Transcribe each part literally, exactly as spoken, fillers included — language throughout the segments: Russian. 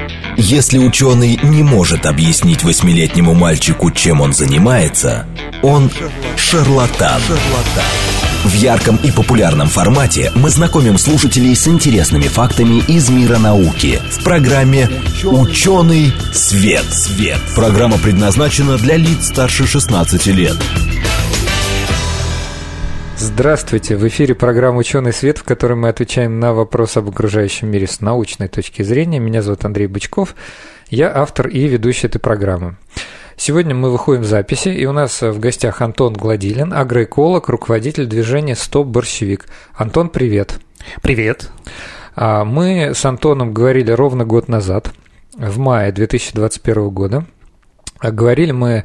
Если ученый не может объяснить восьмилетнему мальчику, чем он занимается, он шарлатан. В ярком и популярном формате мы знакомим слушателей с интересными фактами из мира науки в программе «Ученый свет». Свет. Программа предназначена для лиц старше шестнадцати лет. Здравствуйте! В эфире программа «Ученый свет», в которой мы отвечаем на вопросы об окружающем мире с научной точки зрения. Меня зовут Андрей Бычков, я автор и ведущий этой программы. Сегодня мы выходим в записи, и у нас в гостях Антон Гладилин, агроэколог, руководитель движения «Стоп борщевик». Антон, привет! Привет! Мы с Антоном говорили ровно год назад, в мае две тысячи двадцать первого года. Говорили мы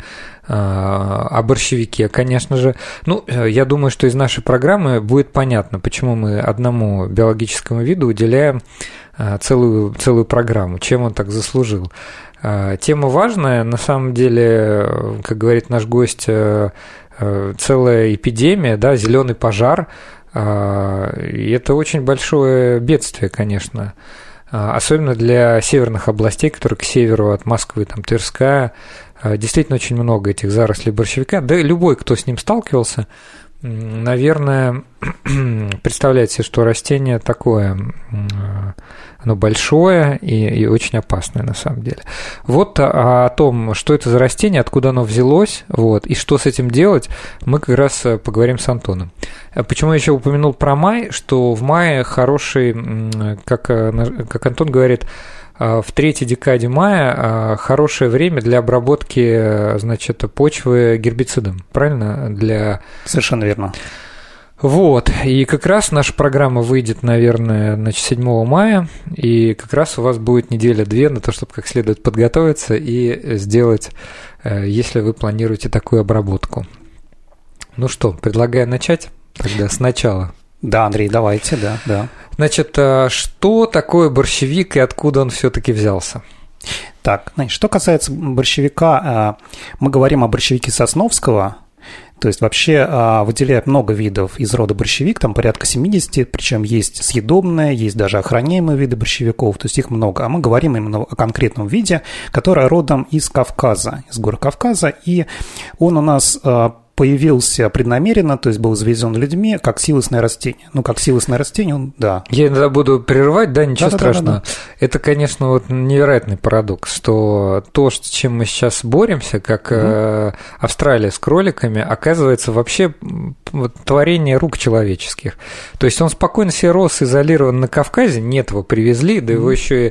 о борщевике, конечно же. Ну, я думаю, что из нашей программы будет понятно, почему мы одному биологическому виду уделяем целую, целую программу, чем он так заслужил. Тема важная, на самом деле, как говорит наш гость, целая эпидемия, да, зеленый пожар, и это очень большое бедствие, конечно. Особенно для северных областей, которые к северу от Москвы, там Тверская, действительно очень много этих зарослей борщевика. Да и любой, кто с ним сталкивался, наверное, представляет себе, что растение такое, оно большое и, и очень опасное на самом деле. Вот о, о том, что это за растение, откуда оно взялось, вот, и что с этим делать, мы как раз поговорим с Антоном. Почему я еще упомянул про май, что в мае хороший, как, как Антон говорит, в третьей декаде мая хорошее время для обработки, значит, почвы гербицидом, правильно? Для... Совершенно верно. Вот, и как раз наша программа выйдет, наверное, значит, седьмого мая, и как раз у вас будет неделя-две на то, чтобы как следует подготовиться и сделать, если вы планируете такую обработку. Ну что, предлагаю начать тогда сначала. Да, Андрей, давайте, да, да. Значит, что такое борщевик и откуда он все-таки взялся? Так, значит, что касается борщевика, мы говорим о борщевике Сосновского. То есть вообще выделяют много видов из рода борщевик, там порядка семидесяти, причем есть съедобные, есть даже охраняемые виды борщевиков, то есть их много. А мы говорим именно о конкретном виде, который родом из Кавказа, из гор Кавказа, и он у нас появился преднамеренно, то есть был завезен людьми как силосное растение. Ну, как силосное растение, он, да. Я иногда буду прерывать, да, ничего да, страшного. Да, да, да. Это, конечно, вот невероятный парадокс, что то, с чем мы сейчас боремся, как mm-hmm. Австралия с кроликами, оказывается вообще вот, творение рук человеческих. То есть он спокойно себе рос, изолирован на Кавказе, нет, его привезли, да mm-hmm. его еще и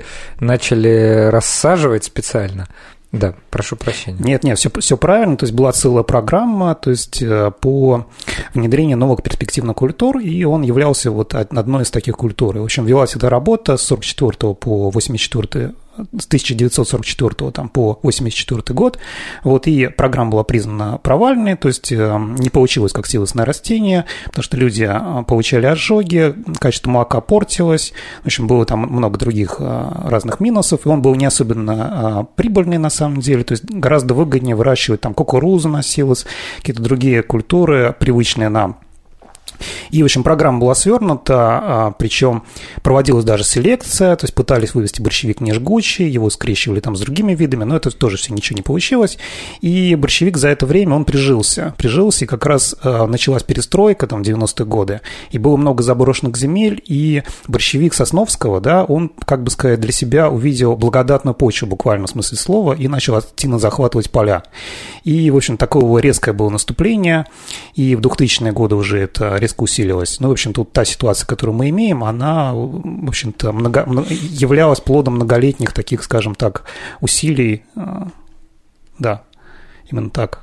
начали рассаживать специально. Да, прошу прощения. Нет, нет, все, все правильно. То есть была целая программа, то есть по внедрению новых перспективных культур, и он являлся вот одной из таких культур. И, в общем, велась эта работа с сорок четвёртого по восемьдесят четвёртый, с тысяча девятьсот сорок четвёртого там, по восемьдесят четвёртый год. Вот, и программа была признана провальной, то есть не получилось как силосное растение, потому что люди получали ожоги, качество молока портилось, в общем, было там много других разных минусов, и он был не особенно прибыльный на самом деле, то есть гораздо выгоднее выращивать там кукурузу на силос, какие-то другие культуры, привычные нам. И, в общем, программа была свернута, причем проводилась даже селекция, то есть пытались вывести борщевик нежгучий, его скрещивали там с другими видами, но это тоже все ничего не получилось. И борщевик за это время, он прижился, прижился, и как раз началась перестройка там в девяностые годы, и было много заброшенных земель, и борщевик Сосновского, да, он, как бы сказать, для себя увидел благодатную почву, буквально в смысле слова, и начал активно захватывать поля. И, в общем, такого резкое было наступление, и в двухтысячные годы уже это резко усилилась. Ну, в общем, тут та ситуация, которую мы имеем, она, в общем-то, много, являлась плодом многолетних таких, скажем так, усилий. Да, именно так.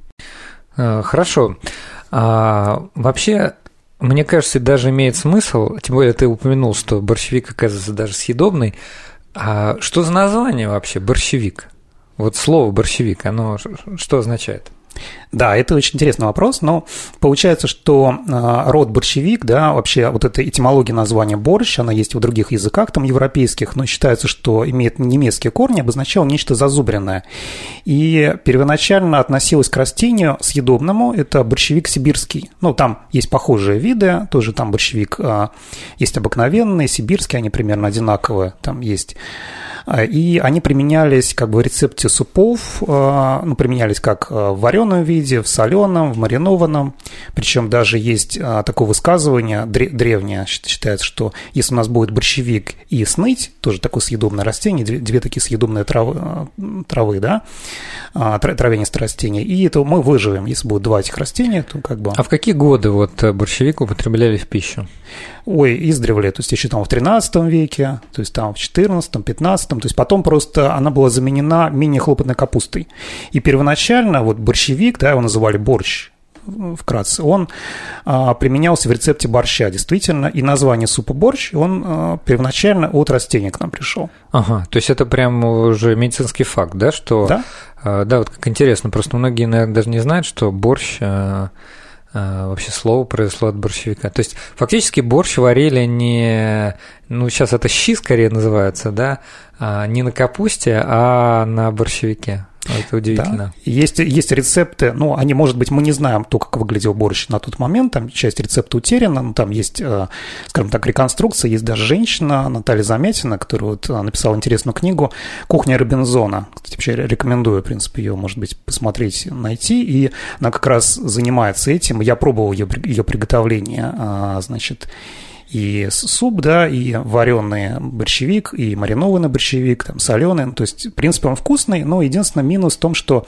Хорошо. А, вообще, мне кажется, даже имеет смысл, тем более ты упомянул, что борщевик, оказывается, даже съедобный. А что за название вообще борщевик? Вот слово борщевик, оно что означает? Да, это очень интересный вопрос, но получается, что род борщевик, да, вообще вот эта этимология названия борщ, она есть в других языках, там, европейских, но считается, что имеет немецкие корни, обозначало нечто зазубренное. И первоначально относилось к растению съедобному, это борщевик сибирский. Ну, там есть похожие виды, тоже там борщевик есть обыкновенный, сибирский, они примерно одинаковые, там есть. И они применялись как бы в рецепте супов, ну, применялись как в вареном виде, в соленом, в маринованном. Причем даже есть такое высказывание древнее, считается, что если у нас будет борщевик и сныть, тоже такое съедобное растение, две, две такие съедобные травы, травы, да, травянистые растения, и это мы выживем, если будет два этих растения, то как бы... А в какие годы вот борщевик употребляли в пищу? Ой, издревле, то есть еще там в тринадцатом веке, то есть там в четырнадцатом, пятнадцатом, то есть потом просто она была заменена менее хлопотной капустой. И первоначально вот борщевик, да, его называли борщ, вкратце, он а, применялся в рецепте борща, действительно, и название супа борщ, он а, первоначально от растения к нам пришел. Ага, то есть это прям уже медицинский факт, да, что... Да? А, да, вот как интересно, просто многие, наверное, даже не знают, что борщ... А... вообще слово произошло от борщевика. То есть фактически борщ варили не, ну сейчас это щи скорее называются, да, не на капусте, а на борщевике. Это удивительно. Да. Есть, есть рецепты, ну, они, может быть, мы не знаем то, как выглядел борщ на тот момент, там часть рецепта утеряна, но там есть, скажем так, реконструкция, есть даже женщина, Наталья Замятина, которая вот написала интересную книгу «Кухня Робинзона». Кстати, вообще рекомендую, в принципе, ее, может быть, посмотреть, найти, и она как раз занимается этим. Я пробовал ее, ее приготовление, значит, и суп, да, и вареный борщевик, и маринованный борщевик, там, соленый. То есть, в принципе, он вкусный, но единственный минус в том, что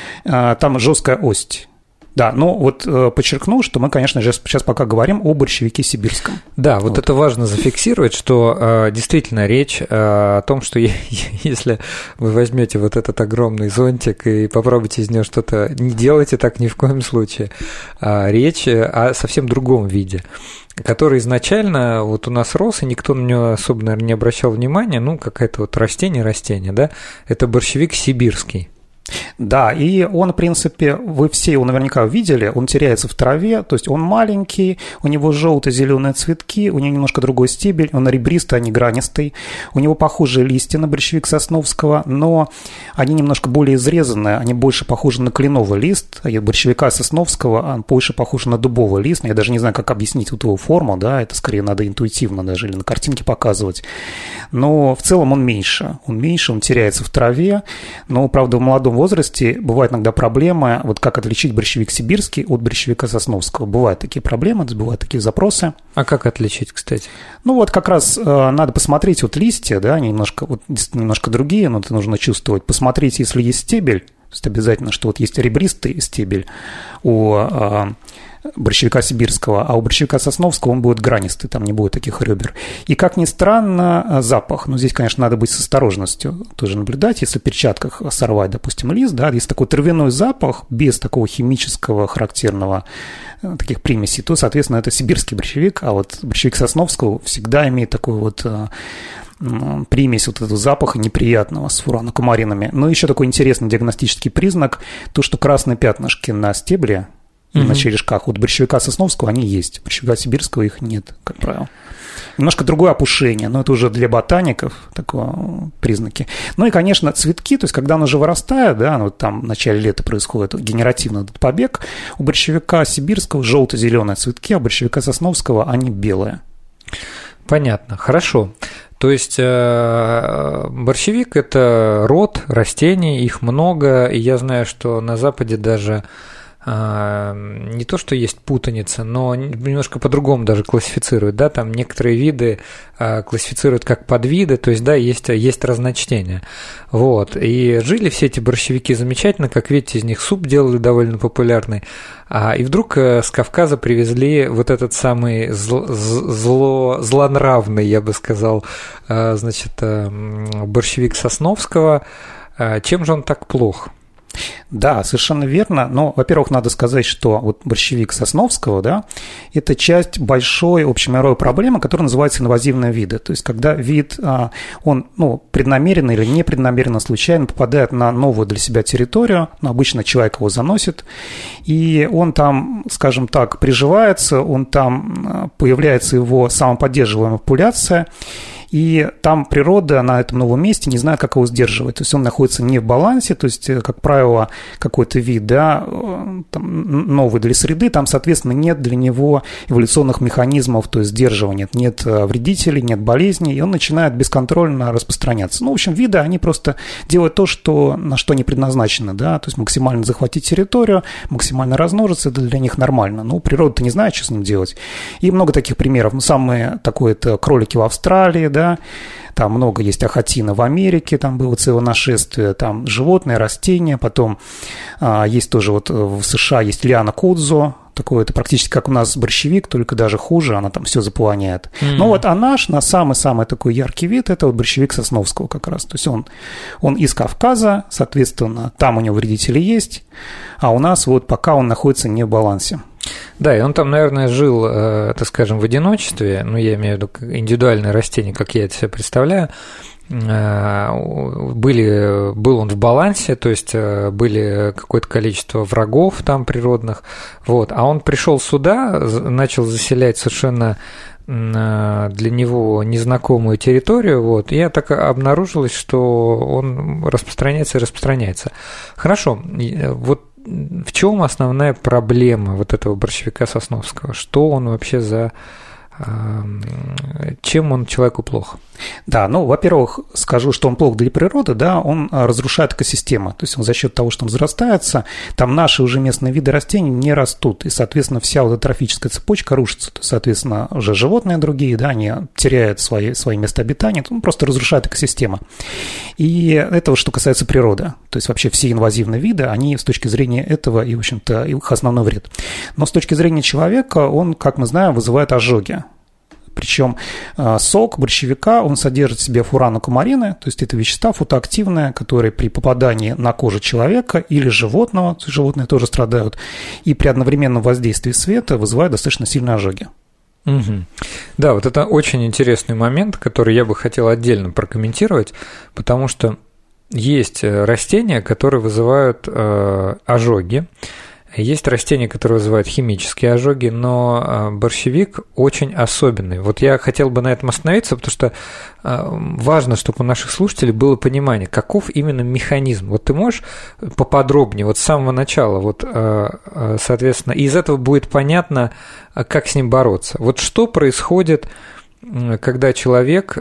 э, там жесткая ось. Да, но вот э, подчеркну, что мы, конечно же, сейчас пока говорим о борщевике сибирском. Да, вот, вот это важно зафиксировать, что э, действительно речь э, о том, что если вы возьмете вот этот огромный зонтик и попробуйте из него что-то, не делайте так ни в коем случае. А речь о совсем другом виде, который изначально вот у нас рос, и никто на него особо, наверное, не обращал внимания, ну, какое-то вот растение, растение, да, это борщевик сибирский. Да, и он, в принципе, вы все его наверняка видели, он теряется в траве, то есть он маленький, у него желто-зеленые цветки, у него немножко другой стебель, он ребристый, а не гранистый, у него похожие листья на борщевик сосновского, но они немножко более изрезанные, они больше похожи на кленовый лист, а борщевика сосновского он больше похож на дубовый лист, я даже не знаю, как объяснить вот его форму, да, это скорее надо интуитивно даже или на картинке показывать, но в целом он меньше, он меньше, он теряется в траве, но, правда, в молодом возрасте бывает иногда проблема, вот как отличить борщевик сибирский от борщевика сосновского. Бывают такие проблемы, бывают такие запросы. А как отличить, кстати? Ну вот как раз э, надо посмотреть вот листья, да, они немножко, вот, немножко другие, но это нужно чувствовать. Посмотреть, если есть стебель, то есть обязательно, что вот есть ребристый стебель у э, борщевика сибирского, а у борщевика сосновского он будет гранистый, там не будет таких ребер. И, как ни странно, запах. Но здесь, конечно, надо быть с осторожностью тоже наблюдать. Если в перчатках сорвать, допустим, лист, да, есть такой травяной запах без такого химического характерного таких примесей, то, соответственно, это сибирский борщевик, а вот борщевик сосновского всегда имеет такой вот примесь вот этого запаха неприятного с фуранокумаринами. Но еще такой интересный диагностический признак, то, что красные пятнышки на стебле и mm-hmm. на черешках. Вот борщевика сосновского они есть, борщевика сибирского их нет, как правило. Немножко другое опушение, но это уже для ботаников такое признаки. Ну и, конечно, цветки, то есть когда оно уже вырастает, да, ну, там в начале лета происходит генеративный этот побег, у борщевика сибирского желто-зеленые цветки, а у борщевика сосновского они белые. Понятно, хорошо. То есть борщевик – это род растений, их много, и я знаю, что на Западе даже не то, что есть путаница, но немножко по-другому даже классифицируют, да, там некоторые виды классифицируют как подвиды, то есть, да, есть, есть разночтения, вот, и жили все эти борщевики замечательно, как видите, из них суп делали довольно популярный, а, и вдруг с Кавказа привезли вот этот самый зло, зло, злонравный, я бы сказал, значит, борщевик сосновского. Чем же он так плох? Да, совершенно верно. Но, во-первых, надо сказать, что вот борщевик Сосновского, да, это часть большой общемировой проблемы, которая называется инвазивные виды. То есть, когда вид, он, ну, преднамеренно или непреднамеренно, случайно попадает на новую для себя территорию, ну, обычно человек его заносит, и он там, скажем так, приживается, он там появляется его самоподдерживаемая популяция, и там природа на этом новом месте не знает, как его сдерживать. То есть он находится не в балансе, то есть, как правило, какой-то вид, да, там, новый для среды, там, соответственно, нет для него эволюционных механизмов, то есть сдерживания, нет вредителей, нет болезней, и он начинает бесконтрольно распространяться. Ну, в общем, виды, они просто делают то, что, на что они предназначены, да, то есть максимально захватить территорию, максимально размножиться, это для них нормально. Ну, природа-то не знает, что с ним делать. И много таких примеров. Ну, самые такое это кролики в Австралии, да, Да, там много есть ахатина в Америке, там было целое нашествие, там животные, растения, потом а, есть тоже вот в США есть лиана кудзо, такое это практически как у нас борщевик, только даже хуже, она там все заполоняет. Mm-hmm. Но вот а наш, на самый-самый такой яркий вид, это вот борщевик Сосновского как раз, то есть он, он из Кавказа, соответственно, там у него вредители есть, а у нас вот пока он находится не в балансе. Да, и он там, наверное, жил, э, так скажем, в одиночестве, ну, я имею в виду индивидуальное растение, как я это себе представляю, э, были, был он в балансе, то есть э, были какое-то количество врагов там природных, вот, а он пришел сюда, начал заселять совершенно для него незнакомую территорию, вот, и так обнаружилось, что он распространяется и распространяется. Хорошо, вот в чем основная проблема вот этого борщевика Сосновского? Что он вообще за... Чем он человеку плох? Да, ну, во-первых, скажу, что он плох для природы, да, он разрушает экосистему, то есть он за счет того, что он взрастается, там наши уже местные виды растений не растут, и, соответственно, вся вот эта трофическая цепочка рушится, то есть, соответственно, уже животные другие, да, они теряют свои, свои места обитания, он просто разрушает экосистему. И это, что касается природы, то есть вообще все инвазивные виды, они с точки зрения этого и, в общем-то, их основной вред. Но с точки зрения человека он, как мы знаем, вызывает ожоги. Причем сок борщевика, он содержит в себе фуранокумарины, то есть это вещества фотоактивные, которые при попадании на кожу человека или животного, животные тоже страдают, и при одновременном воздействии света вызывают достаточно сильные ожоги. Угу. Да, вот это очень интересный момент, который я бы хотел отдельно прокомментировать, потому что есть растения, которые вызывают э, ожоги. Есть растения, которые вызывают химические ожоги, но борщевик очень особенный. Вот я хотел бы на этом остановиться, потому что важно, чтобы у наших слушателей было понимание, каков именно механизм. Вот ты можешь поподробнее, вот с самого начала, вот, соответственно, из этого будет понятно, как с ним бороться. Вот что происходит, когда человек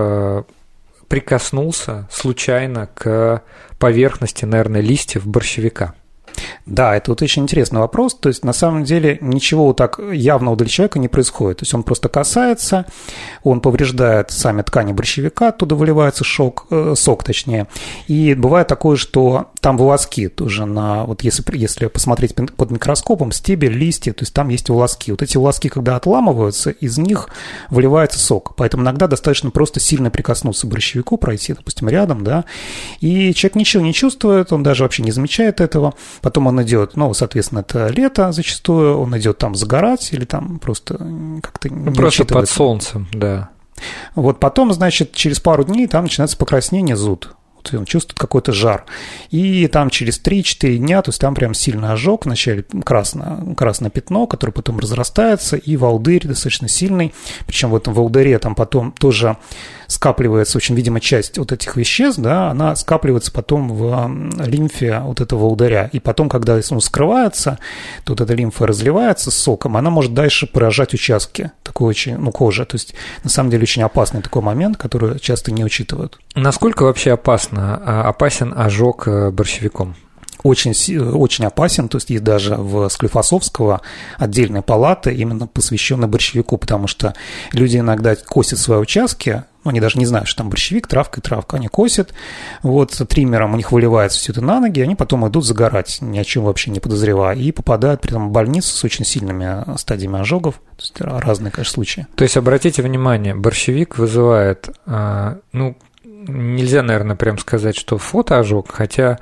прикоснулся случайно к поверхности, наверное, листьев борщевика? Да, это вот очень интересный вопрос. То есть, на самом деле, ничего вот так явного для человека не происходит. То есть, он просто касается, он повреждает сами ткани борщевика, оттуда выливается шок, э, сок, точнее. И бывает такое, что там волоски тоже на... Вот если, если посмотреть под микроскопом, стебель, листья, то есть, там есть волоски. Вот эти волоски, когда отламываются, из них выливается сок. Поэтому иногда достаточно просто сильно прикоснуться к борщевику, пройти, допустим, рядом, да, и человек ничего не чувствует, он даже вообще не замечает этого. Потом он идет, ну, соответственно, это лето зачастую, он идет там загорать или там просто как-то не Просто под солнцем, да. Вот потом, значит, через пару дней там начинается покраснение, зуд. Вот он чувствует какой-то жар. И там через три-четыре дня, то есть там прям сильный ожог, вначале красное, красное пятно, которое потом разрастается, и волдырь достаточно сильный. Причем в этом волдыре там потом тоже скапливается, очень, видимо, часть вот этих веществ, да, она скапливается потом в лимфе вот этого волдыря. И потом, когда он скрывается, то вот эта лимфа разливается с соком, она может дальше поражать участки такой очень, ну, кожи. То есть, на самом деле, очень опасный такой момент, который часто не учитывают. Насколько вообще опасно, опасен ожог борщевиком? Очень, очень опасен, то есть есть даже в Склифосовского отдельная палата, именно посвященная борщевику, потому что люди иногда косят свои участки, ну, они даже не знают, что там борщевик, травка и травка, они косят, вот, триммером у них выливается все это на ноги, они потом идут загорать, ни о чем вообще не подозревая, и попадают при этом в больницу с очень сильными стадиями ожогов, то есть разные, конечно, случаи. То есть, обратите внимание, борщевик вызывает, ну, нельзя, наверное, прям сказать, что фотоожог, хотя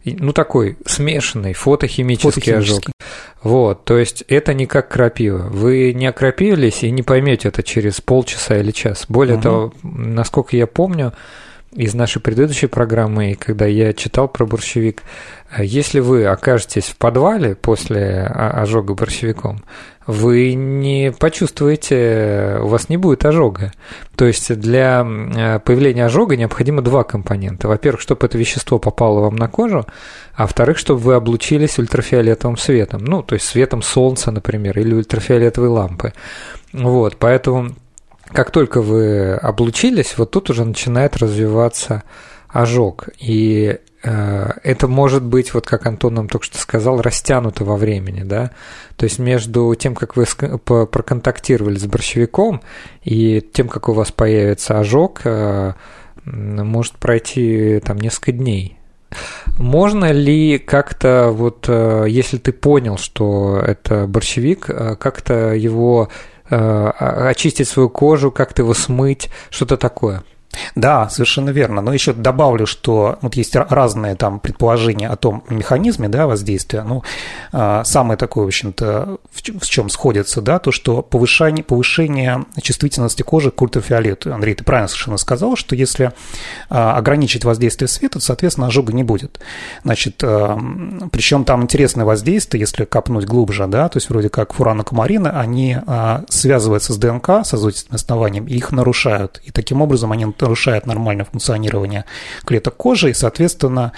ну, такой смешанный фотохимический, фотохимический ожог. Вот, то есть это не как крапива. Вы не окропились и не поймете это через полчаса или час. Более угу. того, насколько я помню, из нашей предыдущей программы, когда я читал про борщевик, если вы окажетесь в подвале после ожога борщевиком, вы не почувствуете, у вас не будет ожога. То есть для появления ожога необходимо два компонента. Во-первых, чтобы это вещество попало вам на кожу, а во-вторых, чтобы вы облучились ультрафиолетовым светом. Ну, то есть светом солнца, например, или ультрафиолетовой лампы. Вот, поэтому... Как только вы облучились, вот тут уже начинает развиваться ожог. И э, это может быть, вот как Антон нам только что сказал, растянуто во времени, да. То есть между тем, как вы проконтактировали с борщевиком, и тем, как у вас появится ожог, э, может пройти там несколько дней. Можно ли как-то, вот, э, если ты понял, что это борщевик, э, как-то его... очистить свою кожу, как-то его смыть, что-то такое? Да, совершенно верно. Но еще добавлю, что вот есть разные там предположения о том механизме, да, воздействия. Ну, самое такое, в общем-то, в чем сходится, да, то, что повышение, повышение чувствительности кожи к ультрафиолету. Андрей, ты правильно совершенно сказал, что если ограничить воздействие света, то, соответственно, ожога не будет. Значит, причем там интересное воздействие, если копнуть глубже, да, то есть вроде как фуранокумарины, они связываются с ДНК, с азотистым основанием, и их нарушают. И таким образом они нарушает нормальное функционирование клеток кожи, и, соответственно,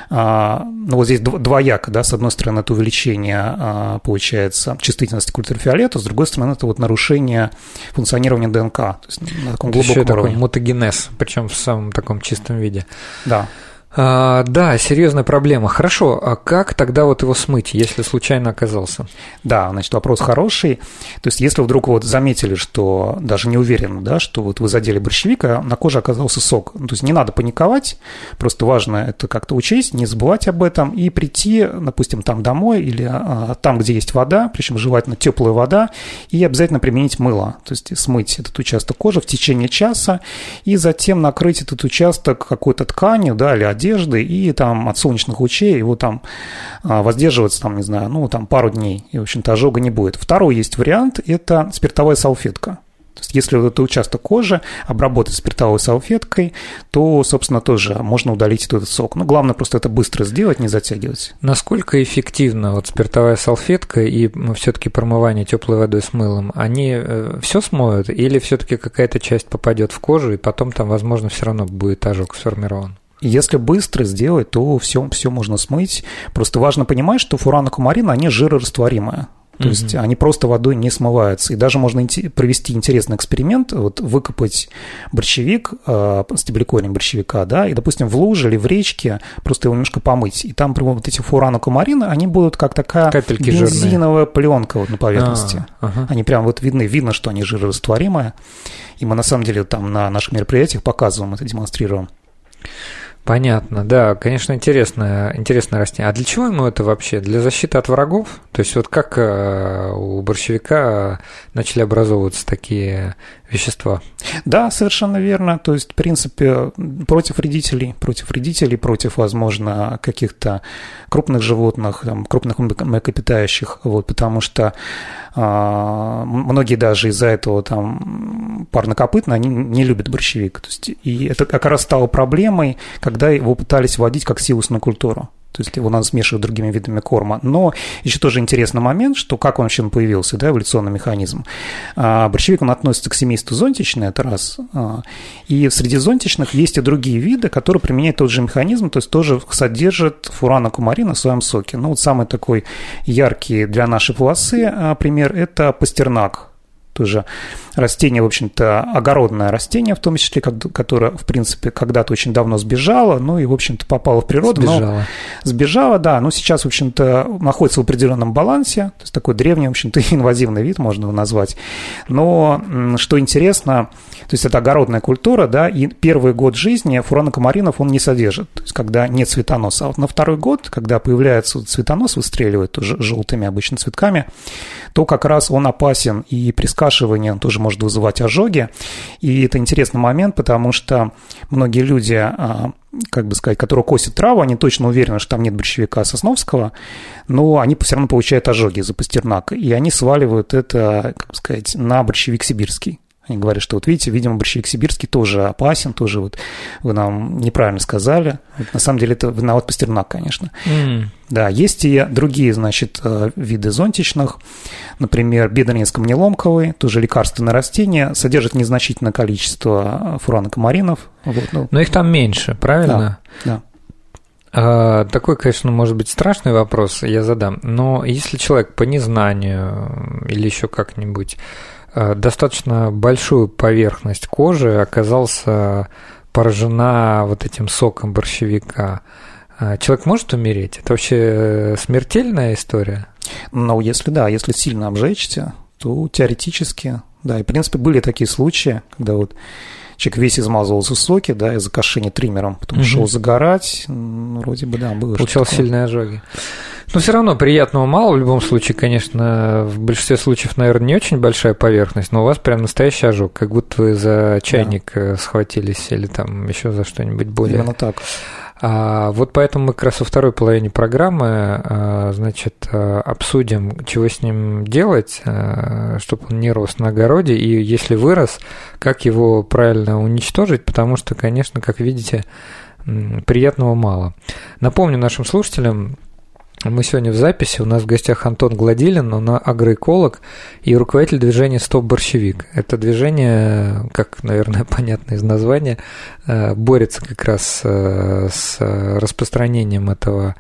ну, вот здесь двояко, да, с одной стороны, это увеличение, получается, чувствительности к ультрафиолету, с другой стороны, это вот нарушение функционирования ДНК, то есть на таком глубоком уровне. Такой мутагенез, причем в самом таком чистом виде. Да. А, да, серьезная проблема. Хорошо, а как тогда вот его смыть, если случайно оказался? Да, значит, вопрос хороший. То есть, если вдруг вот заметили, что даже не уверены, да, что вот вы задели борщевик, а на коже оказался сок. Ну, то есть, не надо паниковать, просто важно это как-то учесть, не забывать об этом и прийти, допустим, там домой или а, там, где есть вода, причем желательно теплая вода, и обязательно применить мыло. То есть, смыть этот участок кожи в течение часа и затем накрыть этот участок какой-то тканью, да, или одеждой, одежды, и там от солнечных лучей его там воздерживаться, там, не знаю, ну, там пару дней, и, в общем-то, ожога не будет. Второй есть вариант, это спиртовая салфетка. То есть, если вот этот участок кожи обработать спиртовой салфеткой, то, собственно, тоже можно удалить этот сок. Но главное просто это быстро сделать, не затягивать. Насколько эффективна вот спиртовая салфетка и все-таки промывание теплой водой с мылом? Они все смоют или все-таки какая-то часть попадет в кожу, и потом там, возможно, все равно будет ожог сформирован? Если быстро сделать, то все, все можно смыть. Просто важно понимать, что фуранокумарины, они жирорастворимые. То mm-hmm. есть они просто водой не смываются. И даже можно провести интересный эксперимент, вот выкопать борщевик, э, стеблекорень борщевика, да, и, допустим, в луже или в речке просто его немножко помыть. И там вот эти фуранокумарины, они будут как такая капельки бензиновая жирные. Пленка вот на поверхности. А, ага. Они прям вот видны, видно, что они жирорастворимые. И мы на самом деле там на наших мероприятиях показываем это, демонстрируем. Понятно, да, конечно, интересное, интересное растение. А для чего ему это вообще? Для защиты от врагов? То есть вот как у борщевика начали образовываться такие вещества? Да, совершенно верно. То есть, в принципе, против вредителей, против вредителей, против, возможно, каких-то крупных животных, там, крупных млекопитающих, вот, потому что а, многие даже из-за этого там парнокопытные, они не любят борщевик. То есть, и это как раз стало проблемой, когда его пытались вводить как силусную культуру. То есть его надо смешивать с другими видами корма. Но еще тоже интересный момент, что как он вообще появился, да, эволюционный механизм. А, борщевик, он относится к семейству зонтичные, это раз. А, и среди зонтичных есть и другие виды, которые применяют тот же механизм, то есть тоже содержат фуранокумарин в своем соке. Ну вот самый такой яркий для нашей полосы а, пример – это пастернак. Тоже растение, в общем-то, огородное растение, в том числе, которое, в принципе, когда-то очень давно сбежало, ну и, в общем-то, попало в природу. Сбежало. Но сбежало, да, но сейчас, в общем-то, находится в определенном балансе, то есть такой древний, в общем-то, инвазивный вид, можно его назвать. Но, что интересно, то есть это огородная культура, да, и первый год жизни фуранокумаринов он не содержит, то есть когда нет цветоноса. А вот на второй год, когда появляется цветонос, выстреливает тоже желтыми обычно цветками, то как раз он опасен и при перекашивание тоже может вызывать ожоги. И это интересный момент, потому что многие люди, как бы сказать, которые косят траву, они точно уверены, что там нет борщевика Сосновского, но они все равно получают ожоги из-за пастернака. И они сваливают это, как бы сказать, на борщевик сибирский. Они говорят, что вот видите, видимо, борщевик сибирский тоже опасен, тоже вот вы нам неправильно сказали. Вот, на самом деле это виноват пастернак, конечно. Mm. Да, есть и другие, значит, виды зонтичных. Например, бедронецко-мнеломковый, тоже лекарственное растение, содержит незначительное количество фуранокомаринов. Вот, ну. Но их там меньше, правильно? Да, да. А, такой, конечно, может быть страшный вопрос, я задам. Но если человек по незнанию или еще как-нибудь достаточно большую поверхность кожи оказался поражена вот этим соком борщевика, человек может умереть? Это вообще смертельная история? Ну, если да, если сильно обжечься, то теоретически, да. И, в принципе, были такие случаи, когда вот человек весь измазывался в соке, да, из-за кошения триммером, потом угу. шел загорать, ну, вроде бы, да, было. Получал сильные ожоги. Но все равно приятного мало. В любом случае, конечно, в большинстве случаев, наверное, не очень большая поверхность, но у вас прям настоящий ожог, как будто вы за чайник да. схватились или там еще за что-нибудь более. Именно так. А, вот поэтому мы как раз во второй половине программы, а, значит, обсудим, чего с ним делать, а, чтобы он не рос на огороде, и если вырос, как его правильно уничтожить, потому что, конечно, как видите, приятного мало. Напомню нашим слушателям, мы сегодня в записи, у нас в гостях Антон Гладилин, он агроэколог и руководитель движения «Стоп борщевик». Это движение, как, наверное, понятно из названия, борется как раз с распространением этого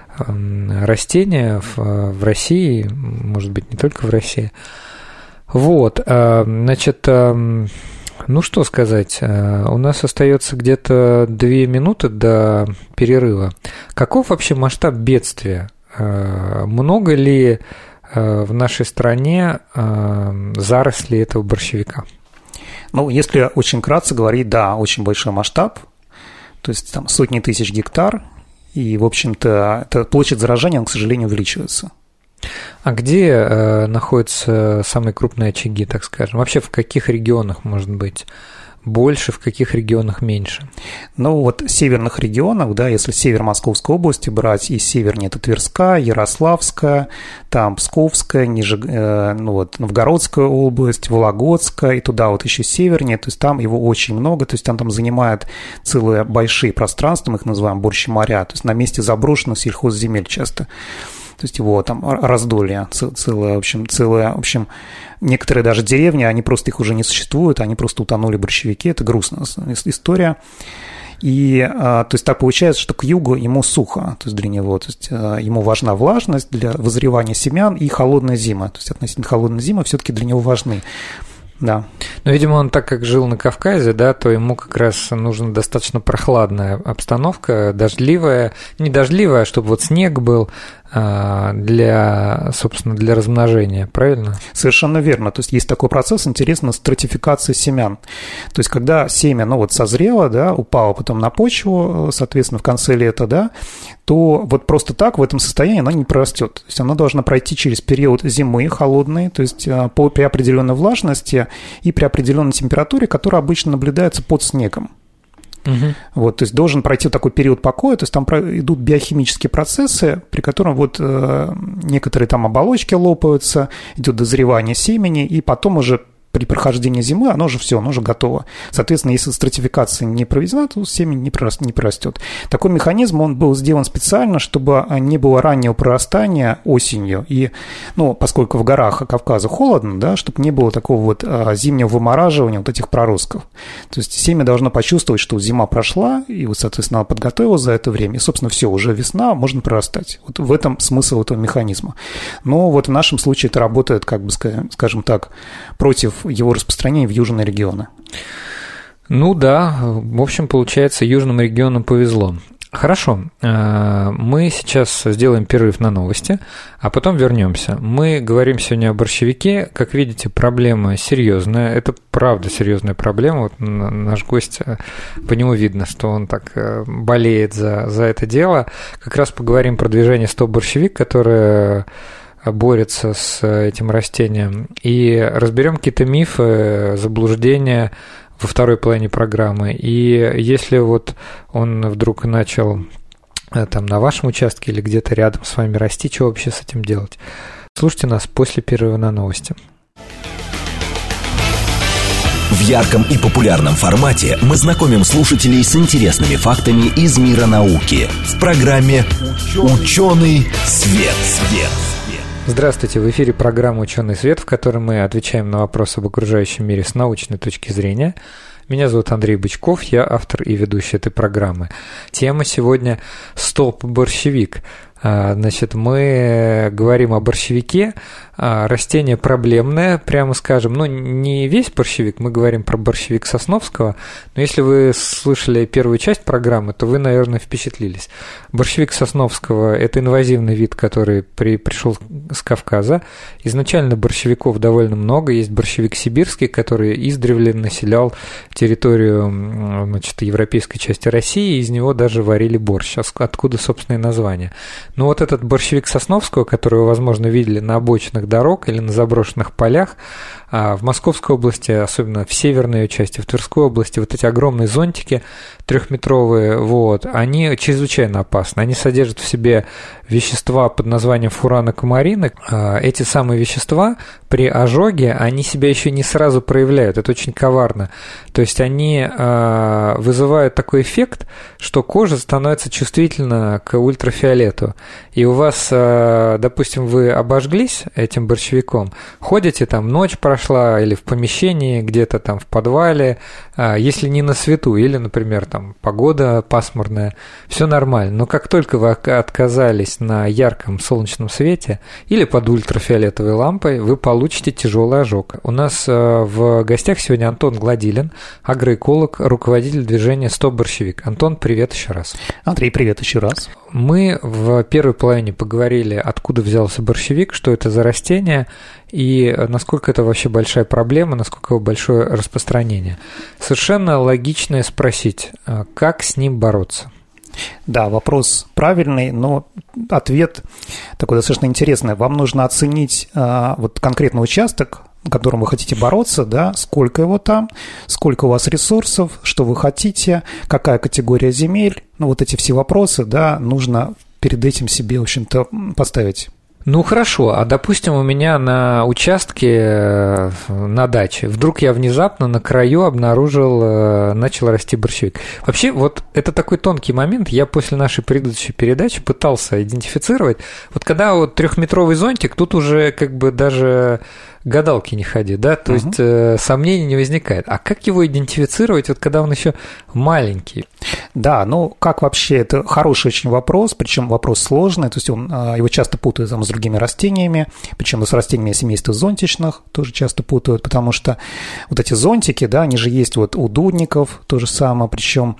растения в России, может быть, не только в России. Вот, значит, ну что сказать, у нас остается где-то две минуты до перерыва. Каков вообще масштаб бедствия? Много ли в нашей стране зарослей этого борщевика? Ну, если очень кратко говорить, да, очень большой масштаб, то есть там сотни тысяч гектар, и, в общем-то, эта площадь заражения, она, к сожалению, увеличивается. А где э, находятся самые крупные очаги, так скажем? Вообще в каких регионах, может быть, больше, в каких регионах меньше? Ну, вот в северных регионах, да, если север Московской области брать, и севернее это Тверская, Ярославская, там Псковская, Ниже, э, ну, вот, Новгородская область, Вологодская, и туда вот еще севернее, то есть там его очень много, то есть там, там занимает целые большие пространства, мы их называем борщеморя, то есть на месте заброшенных сельхозземель часто. То есть его там раздолье целое, в общем, целое, в общем, некоторые даже деревни, они просто, их уже не существуют, они просто утонули в борщевике, это грустная история. И, то есть, так получается, что к югу ему сухо, то есть, для него, то есть, ему важна влажность для вызревания семян и холодная зима, то есть, относительно холодной зимы все-таки для него важны. Да. Но, видимо, он так как жил на Кавказе, да, то ему как раз нужна достаточно прохладная обстановка, дождливая, не дождливая, а чтобы вот снег был для, собственно, для размножения, правильно? Совершенно верно. То есть есть такой процесс, интересно, стратификации семян. То есть когда семя, ну вот созрело, да, упало потом на почву, соответственно, в конце лета, да, то вот просто так в этом состоянии она не прорастет. То есть она должна пройти через период зимы холодной, то есть по, при определенной влажности и при определенной температуре, которая обычно наблюдается под снегом. Угу. Вот, то есть должен пройти такой период покоя, то есть там идут биохимические процессы, при котором вот э, некоторые там оболочки лопаются, идет дозревание семени, и потом уже при прохождении зимы оно уже все, оно уже готово. Соответственно, если стратификация не проведена, то семя не прорастет. Такой механизм, он был сделан специально, чтобы не было раннего прорастания осенью. И, ну, поскольку в горах Кавказа холодно, да, чтобы не было такого вот зимнего вымораживания вот этих проростков. То есть семя должно почувствовать, что зима прошла, и вот, соответственно, она подготовилась за это время. И, собственно, все, уже весна, можно прорастать. Вот в этом смысл этого механизма. Но вот в нашем случае это работает, как бы, скажем так, против его распространения в южные регионы. Ну да, в общем, получается, южным регионам повезло. Хорошо, мы сейчас сделаем перерыв на новости, а потом вернемся. Мы говорим сегодня о борщевике. Как видите, проблема серьезная. Это правда серьезная проблема. Вот наш гость, по нему видно, что он так болеет за, за это дело. Как раз поговорим про движение «Стоп борщевик», которое борется с этим растением. И разберем какие-то мифы, заблуждения во второй половине программы. И если вот он вдруг начал там на вашем участке или где-то рядом с вами расти, что вообще с этим делать? Слушайте нас после перерыва на новости. В ярком и популярном формате мы знакомим слушателей с интересными фактами из мира науки в программе «Ученый свет». Здравствуйте, в эфире программа «Ученый свет», в которой мы отвечаем на вопросы об окружающем мире с научной точки зрения. Меня зовут Андрей Бычков, я автор и ведущий этой программы. Тема сегодня «Столб-борщевик». Значит, мы говорим о борщевике, растение проблемное, прямо скажем, ну, не весь борщевик, мы говорим про борщевик Сосновского, но если вы слышали первую часть программы, то вы, наверное, впечатлились. Борщевик Сосновского – это инвазивный вид, который при, пришел с Кавказа. Изначально борщевиков довольно много, есть борщевик сибирский, который издревле населял территорию, значит, европейской части России, и из него даже варили борщ, откуда, собственно, и название. Но вот этот борщевик Сосновского, который вы, возможно, видели на обочинах дорог или на заброшенных полях, в Московской области, особенно в северной ее части, в Тверской области, вот эти огромные зонтики трехметровые, вот, они чрезвычайно опасны. Они содержат в себе вещества под названием фуранокумарины. Эти самые вещества при ожоге, они себя еще не сразу проявляют. Это очень коварно. То есть они вызывают такой эффект, что кожа становится чувствительна к ультрафиолету. И у вас, допустим, вы обожглись этим борщевиком, ходите там, ночь прошла, или в помещении, где-то там в подвале, если не на свету, или, например, там погода пасмурная, все нормально. Но как только вы отказались на ярком солнечном свете или под ультрафиолетовой лампой, вы получите тяжелый ожог. У нас в гостях сегодня Антон Гладилин, агроэколог, руководитель движения «Стоп борщевик». Антон, привет еще раз. Андрей, привет еще раз. Мы в первой половине поговорили, откуда взялся борщевик, что это за растение и насколько это вообще большая проблема, насколько большое распространение. Совершенно логично спросить, как с ним бороться? Да, вопрос правильный, но ответ такой достаточно интересный. Вам нужно оценить а, вот конкретный участок, на котором вы хотите бороться, да, сколько его там, сколько у вас ресурсов, что вы хотите, какая категория земель. Ну, вот эти все вопросы, да, нужно перед этим себе, в общем-то, поставить. Ну, хорошо, а допустим, у меня на участке на даче вдруг я внезапно на краю обнаружил, начал расти борщевик. Вообще, вот это такой тонкий момент, я после нашей предыдущей передачи пытался идентифицировать. Вот когда вот трехметровый зонтик, тут уже как бы даже гадалки не ходи, да, то uh-huh. есть э, сомнений не возникает. А как его идентифицировать, вот когда он еще маленький? Да, ну как вообще, это хороший очень вопрос, причем вопрос сложный, то есть он, его часто путают там, с другими растениями, причем с растениями семейства зонтичных тоже часто путают, потому что вот эти зонтики, да, они же есть вот у дудников, то же самое, причем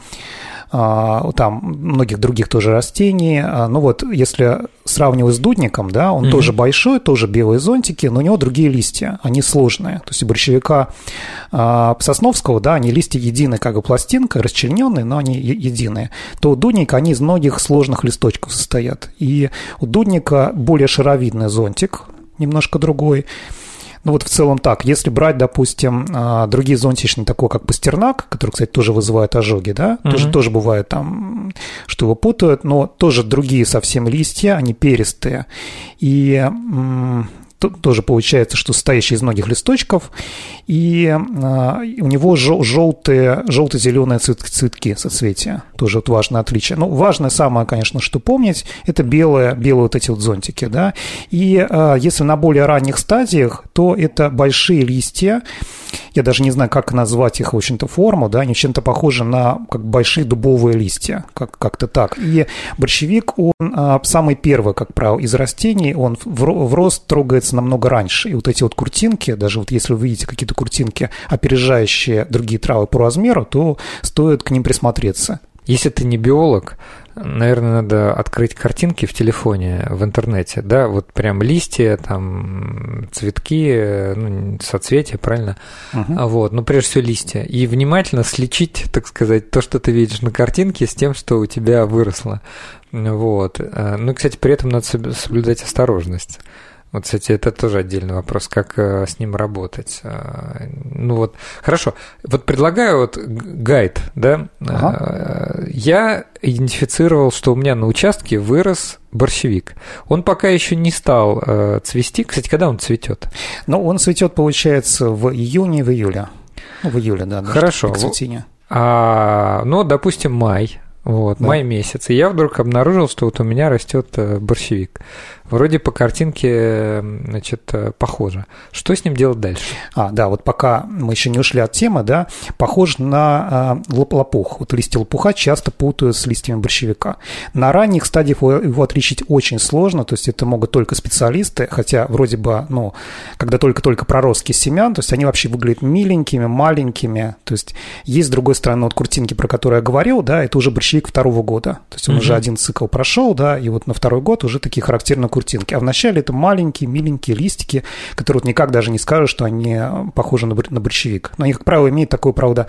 там многих других тоже растений. Ну вот, если сравнивать с дудником, да, он mm-hmm. тоже большой, тоже белые зонтики, но у него другие листья, они сложные. То есть у борщевика Сосновского, да, они листья единые, как бы пластинка, расчлененные, но они единые. То у дудника они из многих сложных листочков состоят. И у дудника более шаровидный зонтик, немножко другой. Ну вот в целом так, если брать, допустим, другие зонтичные, такой как пастернак, который, кстати, тоже вызывает ожоги, да, mm-hmm. тоже, тоже бывает там, что его путают, но тоже другие совсем листья, они перистые, и м- тоже получается, что состоящий из многих листочков, и а, у него желтые, желто-зеленые цвет, цветки, соцветия, тоже вот важное отличие. Ну, важное самое, конечно, что помнить, это белые, белые вот эти вот зонтики, да, и а, если на более ранних стадиях, то это большие листья, я даже не знаю, как назвать их, в общем-то, форму, да, они чем-то похожи на как большие дубовые листья, как- как-то так. И борщевик, он а, самый первый, как правило, из растений, он в, в рост трогается намного раньше. И вот эти вот куртинки, даже вот если вы видите какие-то куртинки, опережающие другие травы по размеру, то стоит к ним присмотреться. Если ты не биолог, наверное, надо открыть картинки в телефоне, в интернете, да, вот прям листья, там, цветки, ну, соцветия, правильно? Uh-huh. Вот, ну, прежде всего, листья. И внимательно сличить, так сказать, то, что ты видишь на картинке, с тем, что у тебя выросло. Вот. Ну, и, кстати, при этом надо соблюдать осторожность. Вот, кстати, это тоже отдельный вопрос, как э, с ним работать. Э, ну вот, хорошо. Вот предлагаю вот гайд, да. Ага. Э, я идентифицировал, что у меня на участке вырос борщевик. Он пока еще не стал э, цвести. Кстати, когда он цветет? Ну, он цветет, получается, в июне, в июле. Ну, в июле, да. Хорошо. А, ну, допустим, май. Вот, да. Май месяц. И я вдруг обнаружил, что вот у меня растет борщевик. Вроде по картинке, значит, похоже. Что с ним делать дальше? А, да, вот пока мы еще не ушли от темы, да, похож на э, лопух. Вот листья лопуха часто путают с листьями борщевика. На ранних стадиях его, его отличить очень сложно, то есть это могут только специалисты, хотя вроде бы, ну, когда только-только проростки семян, то есть они вообще выглядят миленькими, маленькими. То есть есть, с другой стороны, вот куртинки, про которые я говорил, да, это уже борщевик второго года. То есть он угу. уже один цикл прошел, да, и вот на второй год уже такие характерные куртинки. А вначале это маленькие, миленькие листики, которые вот никак даже не скажешь, что они похожи на борщевик. Но они, как правило, имеют такой, правда,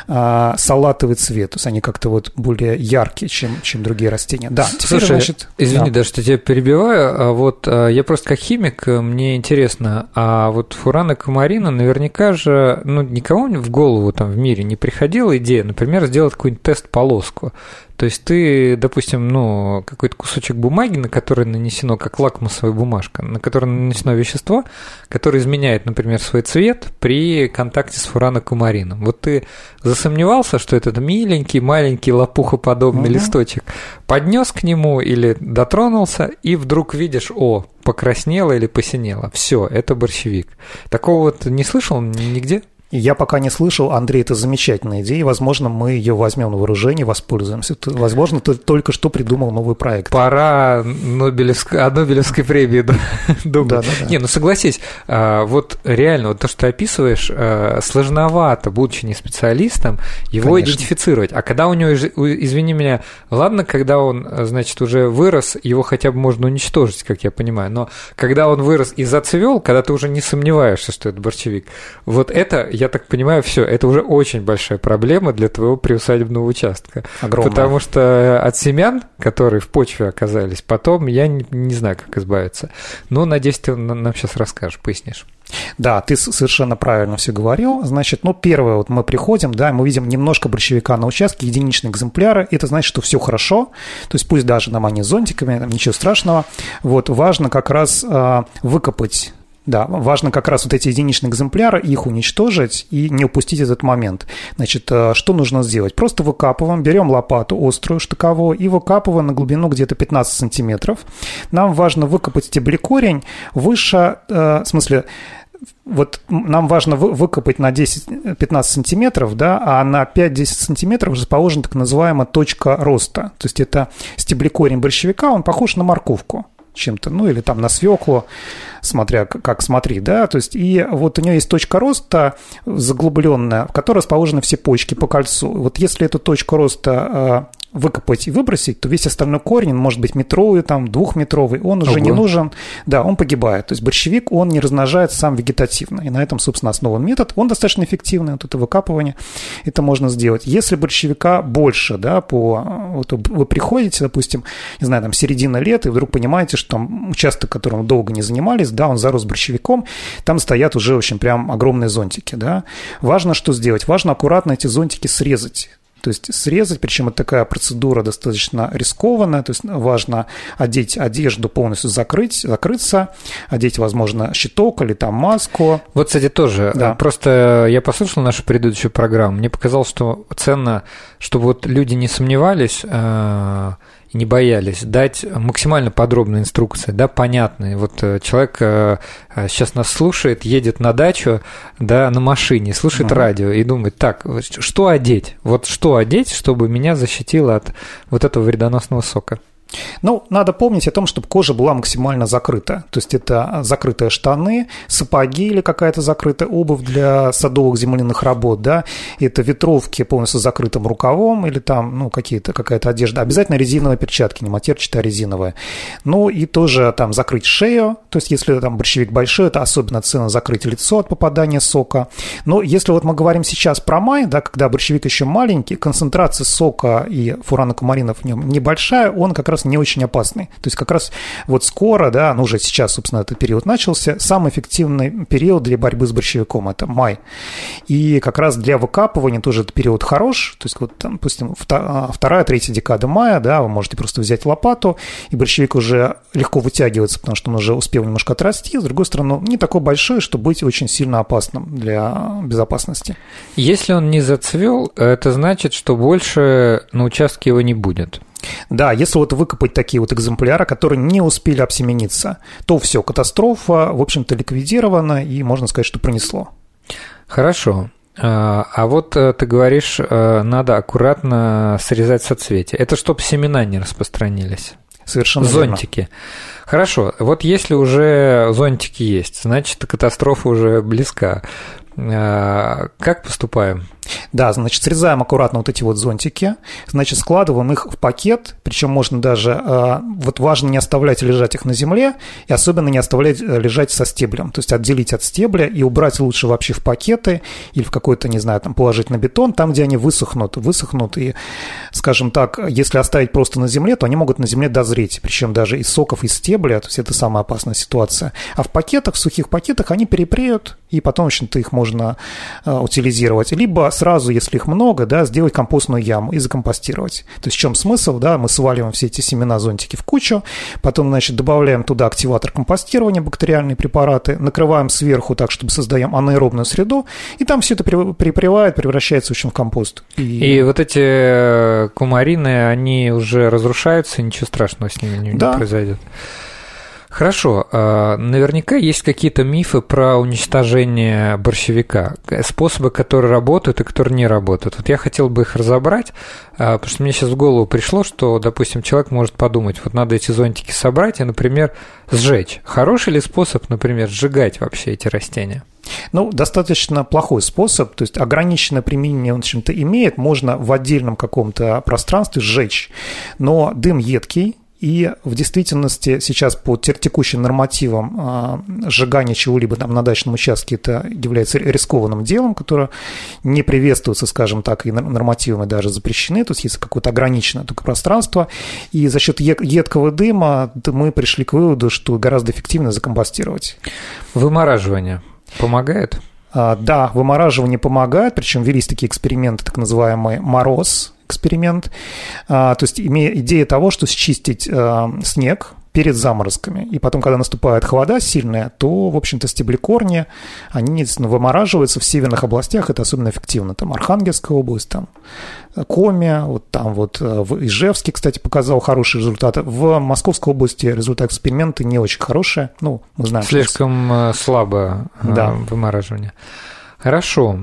салатовый цвет. То есть они как-то вот более яркие, чем, чем другие растения. Да, теперь, слушай, значит, извини, да. да, что тебя перебиваю. А вот я просто как химик, мне интересно, а вот фурана кумарина наверняка же, ну, никому в голову там в мире не приходила идея, например, сделать какой-нибудь тест-полоску. То есть ты, допустим, ну, какой-то кусочек бумаги, на который нанесено, как лакмусовая бумажка, на который нанесено вещество, которое изменяет, например, свой цвет при контакте с фуранокумарином. Вот ты засомневался, что этот миленький, маленький лопухоподобный угу. листочек поднес к нему или дотронулся, и вдруг видишь, о, покраснело или посинело. Все, это борщевик. Такого вот не слышал нигде? Я пока не слышал, Андрей, это замечательная идея, возможно, мы ее возьмем на вооружение, воспользуемся. Возможно, ты только что придумал новый проект. Пора Нобелевской, о Нобелевской премии думать. Да, да, да. Не, ну согласись, вот реально, вот то, что ты описываешь, сложновато, будучи не специалистом, его Конечно. идентифицировать. А когда у него, извини меня, ладно, когда он, значит, уже вырос, его хотя бы можно уничтожить, как я понимаю, но когда он вырос и зацвел, когда ты уже не сомневаешься, что это борщевик, вот это... Я так понимаю, все, это уже очень большая проблема для твоего приусадебного участка. Огромная. Потому что от семян, которые в почве оказались, потом я не, не знаю, как избавиться. Но, надеюсь, ты нам сейчас расскажешь, пояснишь. Да, ты совершенно правильно все говорил. Значит, ну, первое, вот мы приходим, да, мы видим немножко борщевика на участке, единичные экземпляры. Это значит, что все хорошо. То есть пусть даже нам они с зонтиками, ничего страшного. Вот, важно как раз э, выкопать. Да, важно как раз вот эти единичные экземпляры, их уничтожить и не упустить этот момент. Значит, что нужно сделать? Просто выкапываем, берем лопату острую, штыковую, и выкапываем на глубину где-то пятнадцать сантиметров. Нам важно выкопать стеблекорень выше, в смысле, вот нам важно выкопать на десять-пятнадцать сантиметров, да, а на пять-десять сантиметров расположена так называемая точка роста. То есть это стеблекорень борщевика, он похож на морковку чем-то, ну или там на свеклу, смотря как смотри, да, то есть и вот у нее есть точка роста заглубленная, в которой расположены все почки по кольцу. Вот если эту точку роста выкопать и выбросить, то весь остальной корень, может быть метровый, там, двухметровый, он уже Ого. не нужен, да, он погибает. То есть борщевик, он не размножается сам вегетативно. И на этом, собственно, основан метод. Он достаточно эффективный, вот это выкапывание, это можно сделать. Если борщевика больше, да, по, вот вы приходите, допустим, не знаю, там, середина лета, и вдруг понимаете, что там участок, которым долго не занимались, да, он зарос борщевиком, там стоят уже очень прям огромные зонтики, да. Важно что сделать? Важно аккуратно эти зонтики срезать. То есть срезать, причем это такая процедура достаточно рискованная, то есть важно одеть одежду, полностью закрыть, закрыться, одеть, возможно, щиток или там маску. Вот, кстати, тоже, да. Просто я послушал нашу предыдущую программу, мне показалось, что ценно, чтобы вот люди не сомневались и не боялись дать максимально подробные инструкции, да, понятные. Вот человек сейчас нас слушает, едет на дачу, да, на машине, слушает uh-huh. радио и думает, так, что одеть? Вот что одеть, чтобы меня защитило от вот этого вредоносного сока? Ну, надо помнить о том, чтобы кожа была максимально закрыта. То есть это закрытые штаны, сапоги или какая-то закрытая обувь для садовых земляных работ, да, это ветровки полностью с закрытым рукавом или там, ну, какие-то, какая-то одежда. Обязательно резиновые перчатки, не матерчатые, а резиновые. Ну, и тоже там закрыть шею, то есть если там борщевик большой, это особенно ценно закрыть лицо от попадания сока. Но если вот мы говорим сейчас про май, да, когда борщевик еще маленький, концентрация сока и фуранокумаринов в нем небольшая, он как раз раз не очень опасный. То есть как раз вот скоро, да, ну уже сейчас, собственно, этот период начался, самый эффективный период для борьбы с борщевиком – это май. И как раз для выкапывания тоже этот период хорош, то есть вот, там, допустим, вторая, третья декада мая, да, вы можете просто взять лопату, и борщевик уже легко вытягивается, потому что он уже успел немножко отрасти, с другой стороны, не такой большой, чтобы быть очень сильно опасным для безопасности. Если он не зацвел, это значит, что больше на участке его не будет. Да, если вот выкопать такие вот экземпляры, которые не успели обсемениться, то все, катастрофа, в общем-то, ликвидирована, и можно сказать, что пронесло. Хорошо. А вот ты говоришь, надо аккуратно срезать соцветия. Это чтобы семена не распространились? Совершенно зонтики. Верно. Хорошо. Вот если уже зонтики есть, значит, катастрофа уже близка. Как поступаем? Да, значит, срезаем аккуратно вот эти вот зонтики, значит, складываем их в пакет, причем можно даже, вот важно не оставлять лежать их на земле, и особенно не оставлять лежать со стеблем, то есть отделить от стебля и убрать лучше вообще в пакеты или в какой-то, не знаю, там положить на бетон, там, где они высохнут, высохнут, и, скажем так, если оставить просто на земле, то они могут на земле дозреть, причем даже из соков, из стебля, то есть это самая опасная ситуация. А в пакетах, в сухих пакетах они перепреют, и потом, в общем-то, их можно утилизировать, либо сразу, если их много, да, сделать компостную яму и закомпостировать. То есть в чем смысл, да, мы сваливаем все эти семена, зонтики в кучу, потом, значит, добавляем туда активатор компостирования, бактериальные препараты, накрываем сверху так, чтобы создаем анаэробную среду, и там все это припревает, превращается, в общем, в компост. И... и вот эти кумарины, они уже разрушаются, ничего страшного с ними не, да. не произойдет. Хорошо. Наверняка есть какие-то мифы про уничтожение борщевика, способы, которые работают и которые не работают. Вот я хотел бы их разобрать, потому что мне сейчас в голову пришло, что, допустим, человек может подумать, вот надо эти зонтики собрать и, например, сжечь. Хороший ли способ, например, сжигать вообще эти растения? Ну, достаточно плохой способ, то есть ограниченное применение он, в общем-то, имеет, можно в отдельном каком-то пространстве сжечь, но дым едкий. И в действительности сейчас по текущим нормативам сжигание чего-либо там на дачном участке это является рискованным делом, которое не приветствуется, скажем так, и нормативами даже запрещены, то есть есть какое-то ограниченное только пространство. И за счет едкого дыма мы пришли к выводу, что гораздо эффективнее закомпостировать. Вымораживание помогает? Да, вымораживание помогает, причем велись такие эксперименты, так называемый мороз эксперимент, то есть идея того, что счистить снег перед заморозками, и потом, когда наступает холода сильная, то, в общем-то, стеблекорни, они вымораживаются в северных областях, это особенно эффективно, там Архангельская область, там Коми, вот там вот в Ижевске, кстати, показал хорошие результаты, в Московской области результаты эксперимента не очень хорошие, ну, мы знаем. Слишком что... слабо да. вымораживание. Хорошо.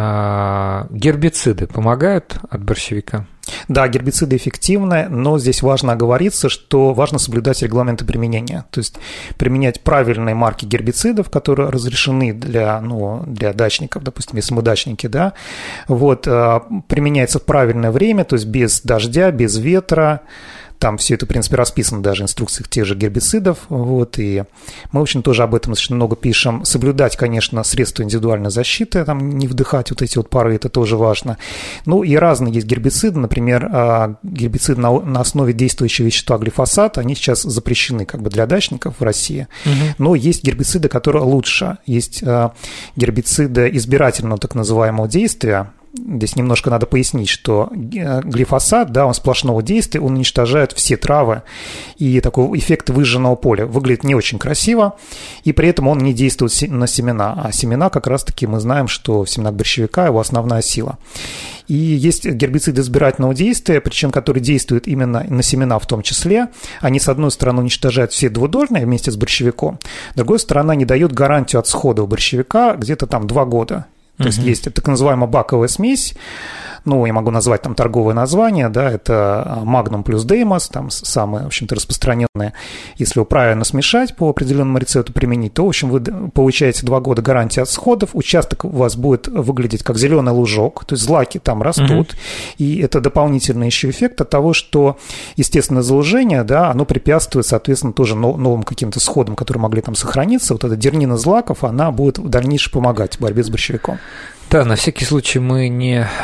Гербициды помогают от борщевика? Да, гербициды эффективны, но здесь важно оговориться, что важно соблюдать регламенты применения, то есть применять правильные марки гербицидов, которые разрешены для, ну, для дачников, допустим, если мы дачники, да, вот, применяется в правильное время, то есть без дождя, без ветра. Там все это, в принципе, расписано даже в инструкциях тех же гербицидов. Вот, и мы, в общем, тоже об этом достаточно много пишем. Соблюдать, конечно, средства индивидуальной защиты, там, не вдыхать вот эти вот пары, это тоже важно. Ну, и разные есть гербициды. Например, гербициды на, на основе действующего вещества глифосат, они сейчас запрещены как бы для дачников в России. Угу. Но есть гербициды, которые лучше. Есть гербициды избирательного так называемого действия. Здесь немножко надо пояснить, что глифосат, да, он сплошного действия, он уничтожает все травы, и такой эффект выжженного поля выглядит не очень красиво, и при этом он не действует на семена, а семена как раз-таки мы знаем, что в семенах борщевика его основная сила. И есть гербициды избирательного действия, причем которые действуют именно на семена в том числе. Они, с одной стороны, уничтожают все двудольные вместе с борщевиком, с другой стороны, они дают гарантию отсхода у борщевика где-то там два года. То uh-huh. есть есть так называемая баковая смесь, ну, я могу назвать там торговое название, да, это Magnum плюс Деймос, там самое, в общем-то, распространенное. Если его правильно смешать по определенному рецепту применить, то, в общем, вы получаете два года гарантии отсходов, участок у вас будет выглядеть как зеленый лужок, то есть злаки там растут, uh-huh. и это дополнительный еще эффект от того, что естественное заложение, да, оно препятствует, соответственно, тоже новым каким-то сходам, которые могли там сохраниться, вот эта дернина злаков, она будет в дальнейшем помогать в борьбе с борщевиком. Да, на всякий случай мы не рекламируем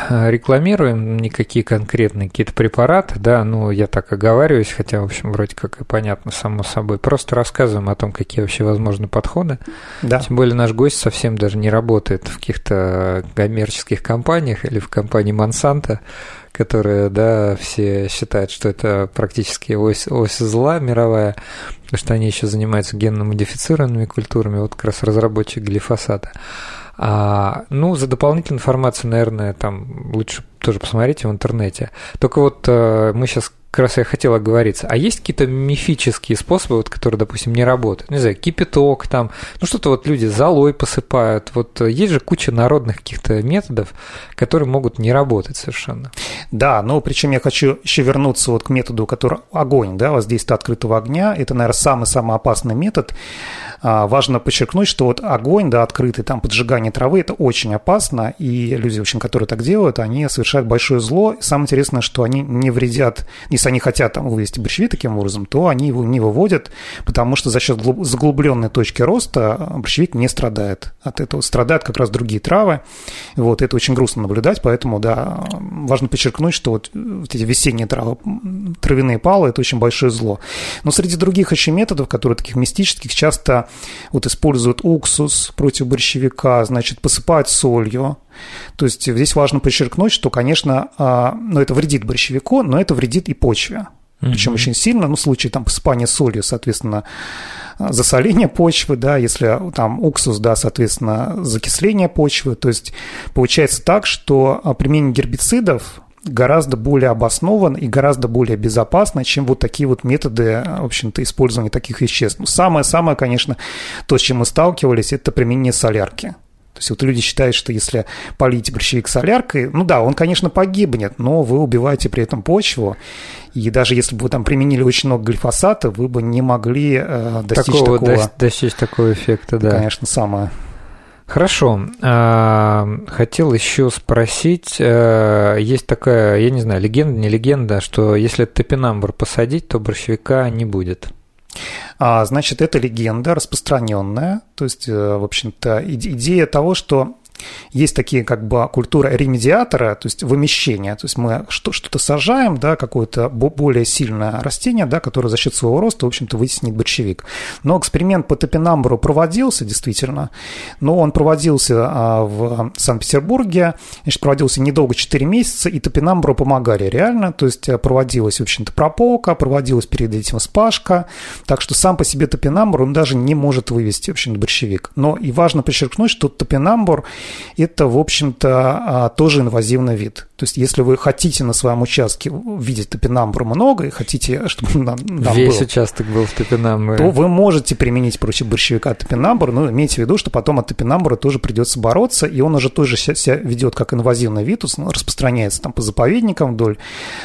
рекламируем никакие конкретные какие-то препараты, да, ну, я так оговариваюсь, хотя, в общем, вроде как и понятно, само собой. Просто рассказываем о том, какие вообще возможны подходы. Да. Тем более наш гость совсем даже не работает в каких-то коммерческих компаниях или в компании Monsanto, которые, да, все считают, что это практически ось, ось зла мировая, потому что они еще занимаются генно-модифицированными культурами, вот как раз разработчик глифосата. А, ну, за дополнительную информацию, наверное, там лучше тоже посмотрите в интернете. Только вот мы сейчас как раз я хотел оговориться. А есть какие-то мифические способы, вот, которые, допустим, не работают? Не знаю, кипяток там, ну что-то вот люди золой посыпают. Вот есть же куча народных каких-то методов, которые могут не работать совершенно. Да, но причем я хочу еще вернуться вот к методу, который огонь, да, воздействие открытого огня. Это, наверное, самый-самый опасный метод. Важно подчеркнуть, что вот огонь, да, открытый, там, поджигание травы, это очень опасно, и люди, в общем, которые так делают, они совершают большое зло. Самое интересное, что они не вредят, если они хотят там вывести борщевик таким образом, то они его не выводят, потому что за счет заглубленной точки роста борщевик не страдает. От этого страдают как раз другие травы. Вот, это очень грустно наблюдать, поэтому, да, важно подчеркнуть, что вот, вот эти весенние травы, травяные палы – это очень большое зло. Но среди других еще методов, которые таких мистических, часто вот используют уксус против борщевика, значит, посыпают солью. То есть здесь важно подчеркнуть, что, конечно, ну, это вредит борщевику, но это вредит и почве. Mm-hmm. Причем очень сильно, ну, в случае там посыпания солью, соответственно, засоление почвы, да, если там уксус, да, соответственно, закисление почвы. То есть получается так, что применение гербицидов гораздо более обоснован и гораздо более безопасно, чем вот такие вот методы, в общем-то, использования таких веществ. Ну, самое-самое, конечно, то, с чем мы сталкивались, это применение солярки. То есть вот люди считают, что если полить борщевик соляркой, ну да, он, конечно, погибнет, но вы убиваете при этом почву, и даже если бы вы там применили очень много глифосата, вы бы не могли э, достичь такого... такого достичь такого эффекта, да. Конечно, самое... Хорошо. Хотел еще спросить, есть такая, я не знаю, легенда, не легенда, что если топинамбур посадить, то борщевика не будет. Значит, это легенда распространенная, то есть, в общем-то, идея того, что есть такие как бы культура ремедиатора, то есть вымещения, то есть мы что-то сажаем, да, какое-то более сильное растение, да, которое за счет своего роста, в общем-то, вытеснит борщевик. Но эксперимент по топинамбуру проводился, действительно, но он проводился в Санкт-Петербурге, значит, проводился недолго, четыре месяца, и топинамбуру помогали реально, то есть проводилась, в общем-то, прополка, проводилась перед этим спашка, так что сам по себе топинамбур, он даже не может вывести, в общем-то, борщевик. Но и важно подчеркнуть, что топинамбур это, в общем-то, тоже инвазивный вид. То есть, если вы хотите на своем участке видеть топинамбур много и хотите, чтобы нам, нам весь был, участок был в топинамбуре, то вы можете применить против борщевика топинамбур, но имейте в виду, что потом от топинамбура тоже придется бороться, и он уже тоже себя ведет как инвазивный вид, он распространяется там по заповедникам вдоль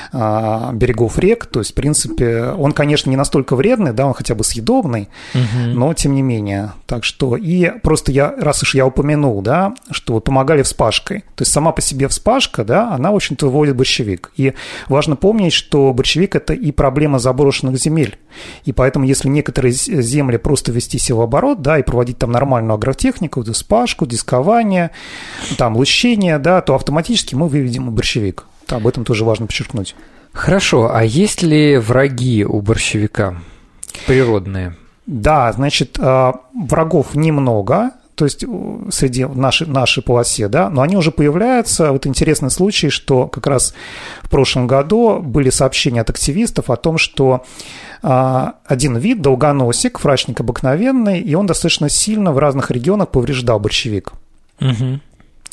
а, берегов рек. То есть, в принципе, он, конечно, не настолько вредный, да, он хотя бы съедобный, угу. но тем не менее. Так что, и просто я, раз уж я упомянул, да, что вот помогали вспашкой. То есть сама по себе вспашка, да, она, в общем-то, выводит борщевик. И важно помнить, что борщевик – это и проблема заброшенных земель. И поэтому, если некоторые земли просто ввести себя в оборот, да, и проводить там нормальную агротехнику, вот, вспашку, дискование, там, лущение, да, то автоматически мы выведем борщевик. Об этом тоже важно подчеркнуть. Хорошо. А есть ли враги у борщевика природные? Да, значит, врагов немного. То есть среди нашей, нашей полосе, да, но они уже появляются. Вот интересный случай, что как раз в прошлом году были сообщения от активистов о том, что а, один вид, долгоносик, фрачник обыкновенный, и он достаточно сильно в разных регионах повреждал борщевик. Угу.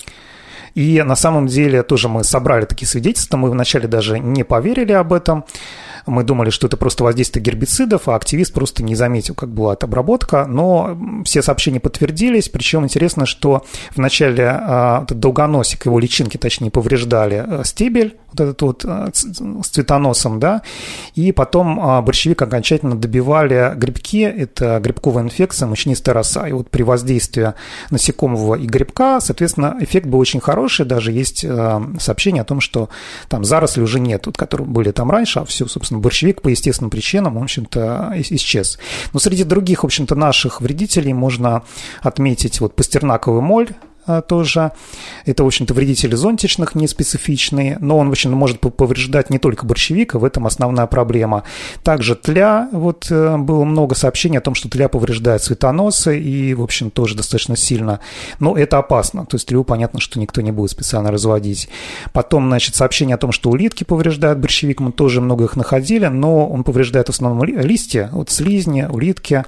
И на самом деле тоже мы собрали такие свидетельства, мы вначале даже не поверили об этом. Мы думали, что это просто воздействие гербицидов, а активист просто не заметил, как была эта обработка. Но все сообщения подтвердились. Причем интересно, что вначале а, этот долгоносик, его личинки, точнее, повреждали а, стебель, вот этот вот а, с цветоносом, да, и потом а, борщевик окончательно добивали грибки, это грибковая инфекция, мучнистая роса. И вот при воздействии насекомого и грибка, соответственно, эффект был очень хороший. Даже есть а, сообщение о том, что там заросли уже нет, вот, которые были там раньше, а все, собственно, борщевик по естественным причинам, в общем-то, исчез. Но среди других, в общем-то, наших вредителей можно отметить вот пастернаковый моль, тоже. Это, в общем-то, вредители зонтичных, неспецифичные, но он, в общем, может повреждать не только борщевик, и в этом основная проблема. Также тля, вот было много сообщений о том, что тля повреждает цветоносы, и, в общем, тоже достаточно сильно. Но это опасно, то есть тлю, понятно, что никто не будет специально разводить. Потом, значит, сообщение о том, что улитки повреждают борщевик, мы тоже много их находили, но он повреждает в основном листья, вот слизни, улитки.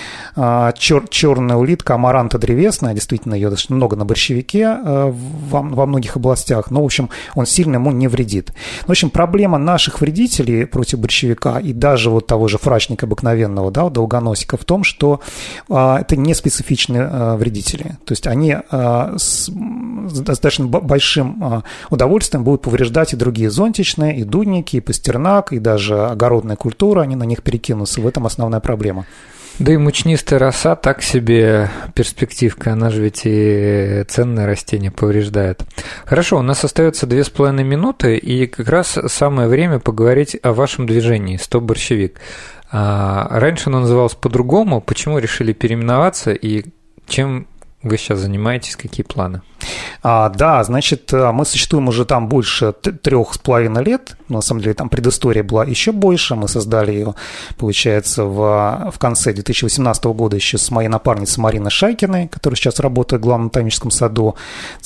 Чер, черная улитка, амаранта древесная, действительно, ее достаточно много на борщевике во, во многих областях, но, в общем, он сильно ему не вредит. В общем, проблема наших вредителей против борщевика и даже вот того же фрачника обыкновенного, да, долгоносика, в том, что а, это не специфичные а, вредители. То есть они а, с, с достаточно большим а, удовольствием будут повреждать и другие зонтичные, и дудники, и пастернак, и даже огородная культура, они на них перекинутся. В этом основная проблема. Да и мучнистая роса так себе перспективка, она же ведь и ценное растение повреждает. Хорошо, у нас остается две с половиной минуты, и как раз самое время поговорить о вашем движении «Стоп-борщевик». А раньше оно называлось по-другому, почему решили переименоваться и чем вы сейчас занимаетесь, какие планы? А, да, значит, мы существуем уже там больше трех с половиной лет. На самом деле там предыстория была еще больше. Мы создали ее, получается, в, в конце две тысячи восемнадцатого года еще с моей напарницей Мариной Шайкиной, которая сейчас работает в главном ботаническом саду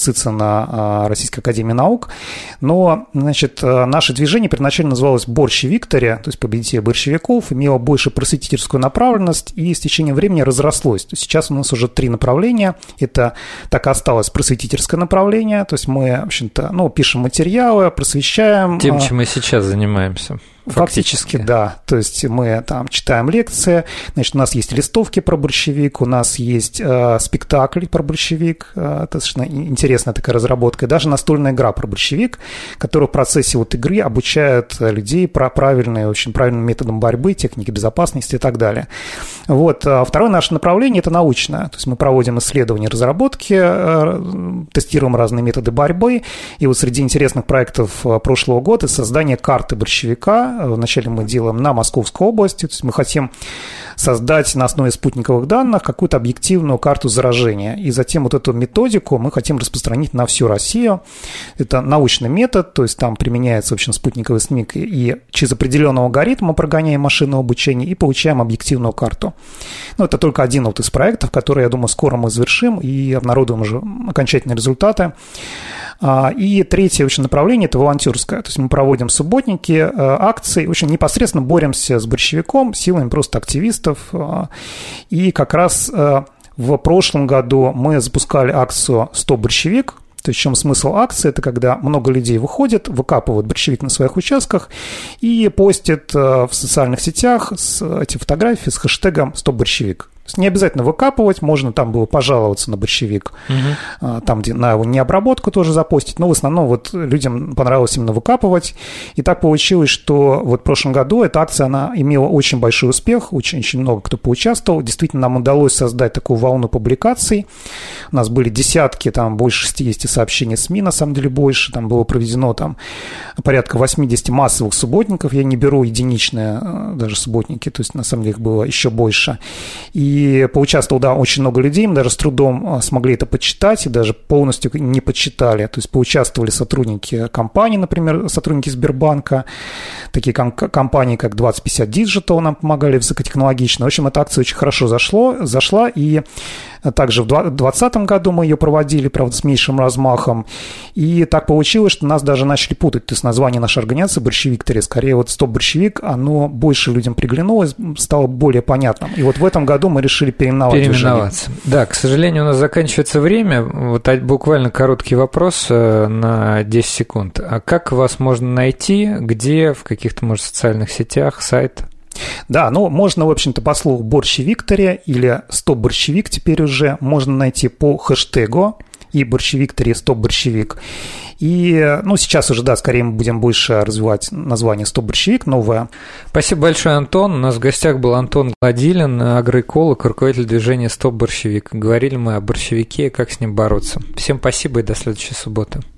ЦИЦИНа Российской академии наук. Но, значит, наше движение первоначально называлось «Борщи Виктория», то есть победители борщевиков, имело больше просветительскую направленность и с течением времени разрослось. То есть сейчас у нас уже три направления. Это так и осталось просветительское направление, то есть мы, в общем-то, ну, пишем материалы, просвещаем. Тем, чем мы сейчас занимаемся. Фактически, да. То есть мы там читаем лекции, значит, у нас есть листовки про борщевик, у нас есть э, спектакль про борщевик, э, достаточно интересная такая разработка, и даже настольная игра про борщевик, которая в процессе вот игры обучает людей про правильные, очень правильным методам борьбы, техники безопасности и так далее. Вот. А второе наше направление – это научное, то есть мы проводим исследования, разработки, э, тестируем разные методы борьбы, и вот среди интересных проектов прошлого года создание карты борщевика. Вначале мы делаем на Московской области, то есть мы хотим создать на основе спутниковых данных какую-то объективную карту заражения, и затем вот эту методику мы хотим распространить на всю Россию. Это научный метод, то есть там применяется, в общем, спутниковый снимок, и через определенного алгоритма прогоняем машинное обучение и получаем объективную карту. Но это только один вот из проектов, который, я думаю, скоро мы завершим и обнародуем уже окончательные результаты. И третье очень направление – это волонтерское. То есть мы проводим субботники, акции, очень непосредственно боремся с борщевиком силами просто активистов. И как раз в прошлом году мы запускали акцию «Стоп-борщевик». То есть в чем смысл акции? Это когда много людей выходят, выкапывают борщевик на своих участках и постят в социальных сетях эти фотографии с хэштегом «Стоп-борщевик». То есть не обязательно выкапывать, можно там было пожаловаться на борщевик, угу. там, где на его необработку тоже запостить, но в основном вот людям понравилось именно выкапывать. И так получилось, что вот в прошлом году эта акция, она имела очень большой успех, очень-очень много кто поучаствовал. Действительно, нам удалось создать такую волну публикаций. У нас были десятки, там больше шестьдесят сообщений СМИ, на самом деле больше. Там было проведено там порядка восемьдесят массовых субботников. Я не беру единичные даже субботники, то есть на самом деле их было еще больше. И И поучаствовало, да, очень много людей, мы даже с трудом смогли это подсчитать и даже полностью не подсчитали. То есть поучаствовали сотрудники компаний, например, сотрудники Сбербанка, такие компании, как двадцать пятьдесят Digital нам помогали высокотехнологично. В общем, эта акция очень хорошо зашло, зашла, и также в двадцатом году мы ее проводили, правда, с меньшим размахом. И так получилось, что нас даже начали путать. То есть название нашей организации «Борщи Виктория», скорее вот «Стоп-борщевик», оно больше людям приглянулось, стало более понятным. И вот в этом году мы решили переименовать Переименоваться. Движение. Да, к сожалению, у нас заканчивается время. Вот буквально короткий вопрос на десять секунд. А как вас можно найти? Где? В каких-то, может, социальных сетях, сайт? Да, ну, можно, в общем-то, по слову «Борщи Виктория» или «Стоп-борщевик» теперь уже можно найти по хэштегу и «Борщи Виктория», «Стоп-борщевик». И, ну, сейчас уже, да, скорее мы будем больше развивать название «Стоп-борщевик», новое. Спасибо большое, Антон. У нас в гостях был Антон Гладилин, агроэколог, руководитель движения «Стоп-борщевик». Говорили мы о борщевике и как с ним бороться. Всем спасибо и до следующей субботы.